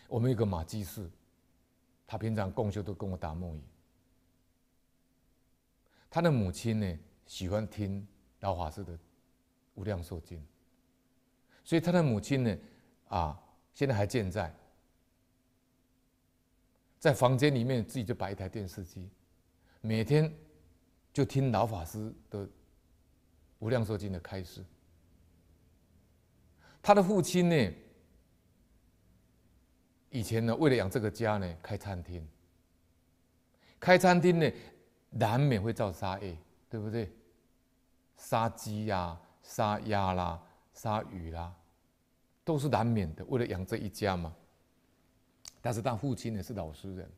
我们有个马基士，他平常共修都跟我打木鱼。他的母亲呢，喜欢听老法师的《无量寿经》，所以他的母亲呢，现在还健在，在房间里面自己就摆一台电视机，每天就听老法师的《无量寿经》的开示。他的父亲呢，以前呢，为了养这个家呢，开餐厅。开餐厅呢，难免会造杀业，对不对？杀鸡呀、杀鸭啦、杀鱼啦，都是难免的。为了养这一家嘛。但是他父亲呢是老实人，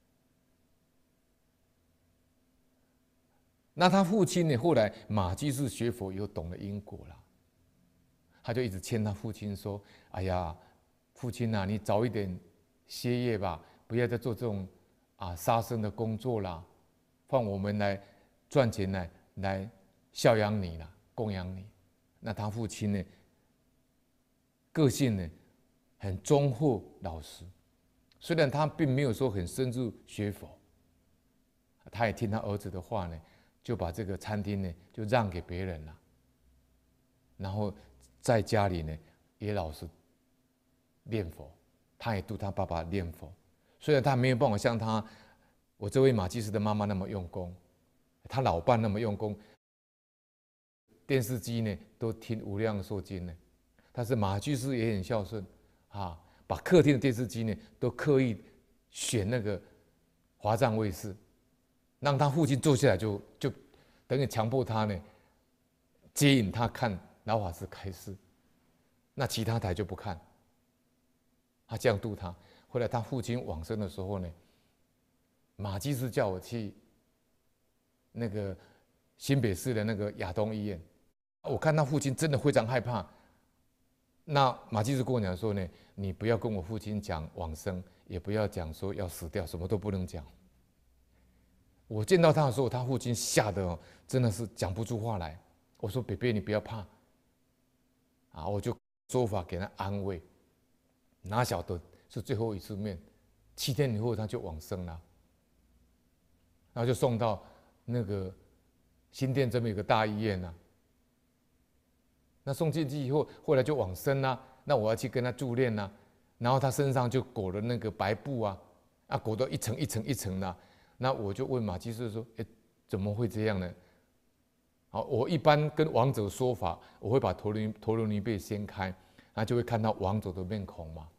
那他父亲呢，后来马居士学佛以后懂了因果了，他就一直劝他父亲说：“哎呀，父亲啊，你早一点歇业吧，不要再做这种杀生的工作啦，放我们来赚钱来孝养你啦，供养你。”那他父亲呢，个性呢很忠厚老实，虽然他并没有说很深入学佛，他也听他儿子的话呢，就把这个餐厅呢就让给别人了，然后在家里呢也老实念佛，他也度他爸爸念佛。虽然他没有办法像我这位马基士的妈妈那么用功，他老伴那么用功，电视机呢都听无量寿经呢，但是马居士也很孝顺把客厅的电视机呢都刻意选那个华藏卫视，让他父亲坐下来就等于强迫他呢接引他看老法师开示，那其他台就不看，他这样度他。后来他父亲往生的时候呢，马基士叫我去那个新北市的那个亚东医院，我看他父亲真的非常害怕。那马基士跟我讲说呢，你不要跟我父亲讲往生，也不要讲说要死掉，什么都不能讲。我见到他的时候，他父亲吓得真的是讲不出话来。我说：“北北，你不要怕。”我就说法给他安慰。哪晓得是最后一次面，7天以后他就往生了，然后就送到那个新店这边有个大医院啊。那送进去以后，后来就往生啦。那我要去跟他助念啦，然后他身上就裹了那个白布裹得一层一层一层的。那我就问马基士说：“怎么会这样呢？”我一般跟亡者说法，我会把陀罗尼被掀开，那就会看到亡者的面孔嘛。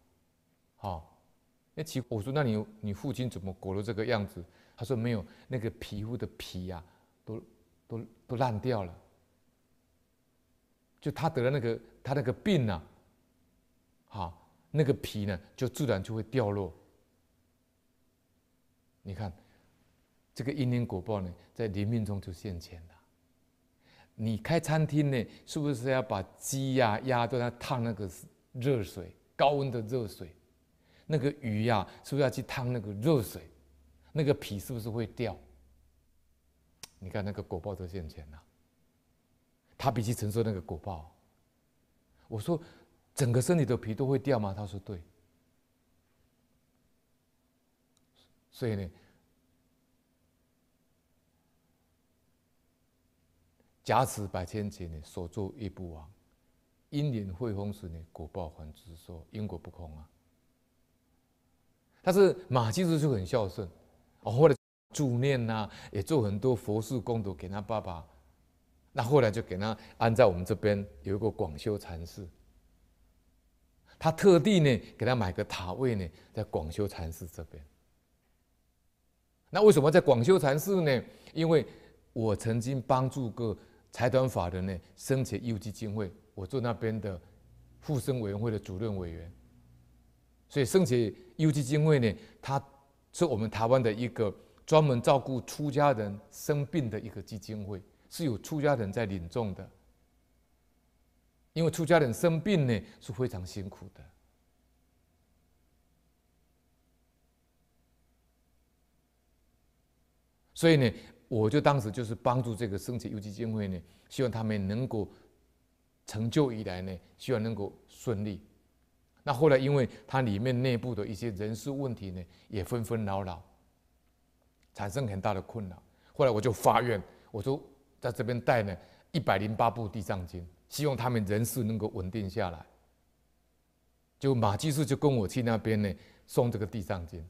我说：“那你父亲怎么裹了这个样子？”他说：“没有，那个皮肤的皮都烂掉了。就他得了他那个病那个皮呢就自然就会掉落。你看这个因缘果报呢，在临命中就现前了。你开餐厅呢，是不是要把鸡鸭都要烫那个热水，高温的热水？那个鱼是不是要去烫那个热水？那个皮是不是会掉？你看那个果报就现前了。他必须承受那个果报。我说：“整个身体的皮都会掉吗？”他说：“对。”所以呢，假使百千劫呢，所作业不亡；因缘会风时呢，果报还自受。因果不空啊。但是马基士就很孝顺，后来助念也做很多佛事功德给他爸爸。那后来就给他安在我们这边有一个广修禅寺。他特地呢给他买个塔位呢，在广修禅寺这边。那为什么在广修禅寺呢？因为我曾经帮助过财团法人呢生前义务基金会，我做那边的附生委员会的主任委员。所以生前义务基金会呢，它是我们台湾的一个专门照顾出家人生病的一个基金会，是有出家人在领众的。因为出家人生病呢是非常辛苦的。所以呢，我就当时就是帮助这个生前义务基金会呢，希望他们能够成就以来呢，希望能够顺利。 那后来因为它里面内部的一些人事问题呢，也纷纷扰扰，产生很大的困扰。后来我就发愿，我就在这边带呢108部地藏经，希望他们人事能够稳定下来。就马居士就跟我去那边呢送这个地藏经，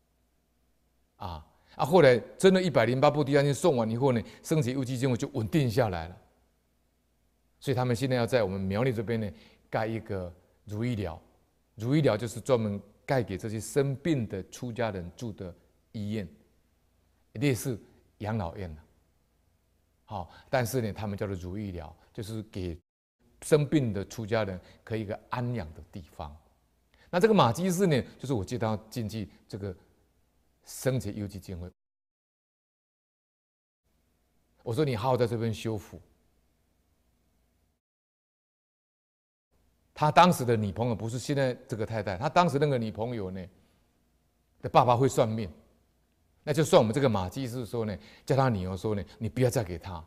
后来真的108部地藏经送完以后呢，升起幽寂经会就稳定下来了。所以他们现在要在我们苗栗这边呢盖一个如意寮，如意寮就是专门盖给这些生病的出家人住的医院，类似养老院好，但是呢，他们叫做如意寮，就是给生病的出家人可以一个安养的地方。那这个马基寺呢，就是我接到进去这个升起幽寂经会，我说你好好在这边修福。他当时的女朋友不是现在这个太太，他当时那个女朋友呢的爸爸会算命，那就算我们这个马基寺说呢，叫他女儿说呢，你不要再给他。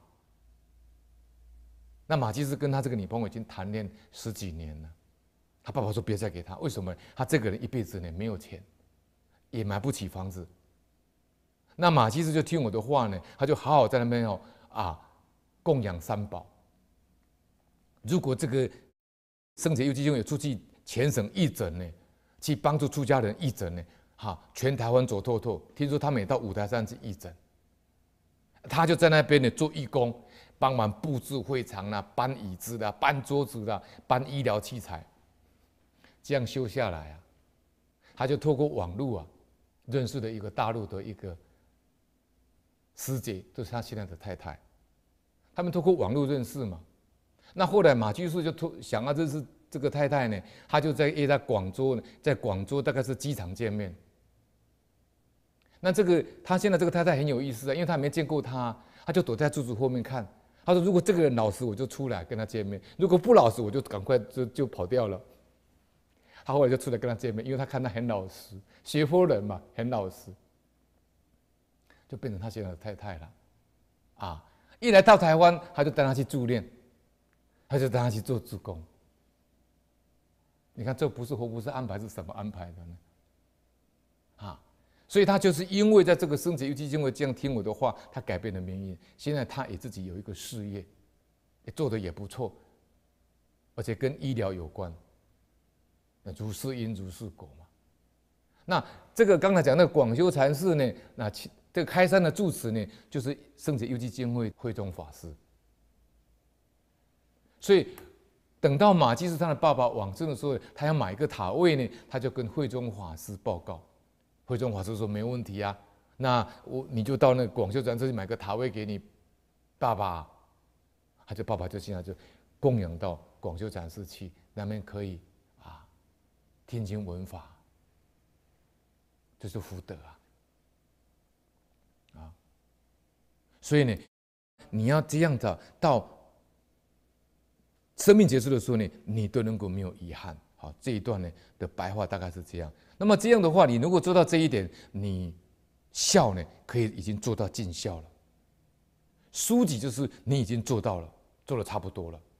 那马基寺跟他这个女朋友已经谈恋10几年了，他爸爸说不要再给他，为什么？他这个人一辈子呢没有钱，也买不起房子。那马基寺就听我的话呢，他就好好在那边供养三宝。如果这个升起幽寂经有出去全省义诊呢，去帮助出家人义诊呢，全台湾走透透。听说他们也到五台山去义诊，他就在那边呢做义工，帮忙布置会场啦、搬椅子啦、搬桌子啦、搬医疗器材。这样修下来他就透过网络认识了一个大陆的一个师姐，就是他现在的太太。他们透过网络认识嘛。那后来马居士就想要认识这个太太呢，他就约在广州呢，在广州大概是机场见面。那他现在这个太太很有意思因为他没见过他，他就躲在柱子后面看。他说：“如果这个人老实，我就出来跟他见面；如果不老实，我就赶快就跑掉了。”他后来就出来跟他见面，因为他看他很老实，学佛人嘛，很老实，就变成他现在的太太了。一来到台湾，他就带他去助念。他就带他去做志工，你看这不是活不是安排，是什么安排的呢？所以他就是因为在这个升起幽寂经会这样听我的话，他改变了命运。现在他也自己有一个事业，做得也不错，而且跟医疗有关。如是因如是果嘛。那这个刚才讲那个广修禅师呢，那这个开山的住持呢，就是升起幽寂经会慧忠法师。所以，等到马基士他的爸爸往生的时候，他要买一个塔位呢，他就跟慧忠法师报告。慧忠法师说没问题那你就到那个广修禅师去买个塔位给你爸爸。爸爸就现在就供养到广修禅师去，那边可以听经闻法，这是福德所以呢，你要这样的到生命结束的时候呢，你都能够没有遗憾。好，这一段呢的白话大概是这样。那么这样的话，你如果做到这一点，你孝呢可以已经做到尽孝了。书籍就是你已经做到了，做得差不多了。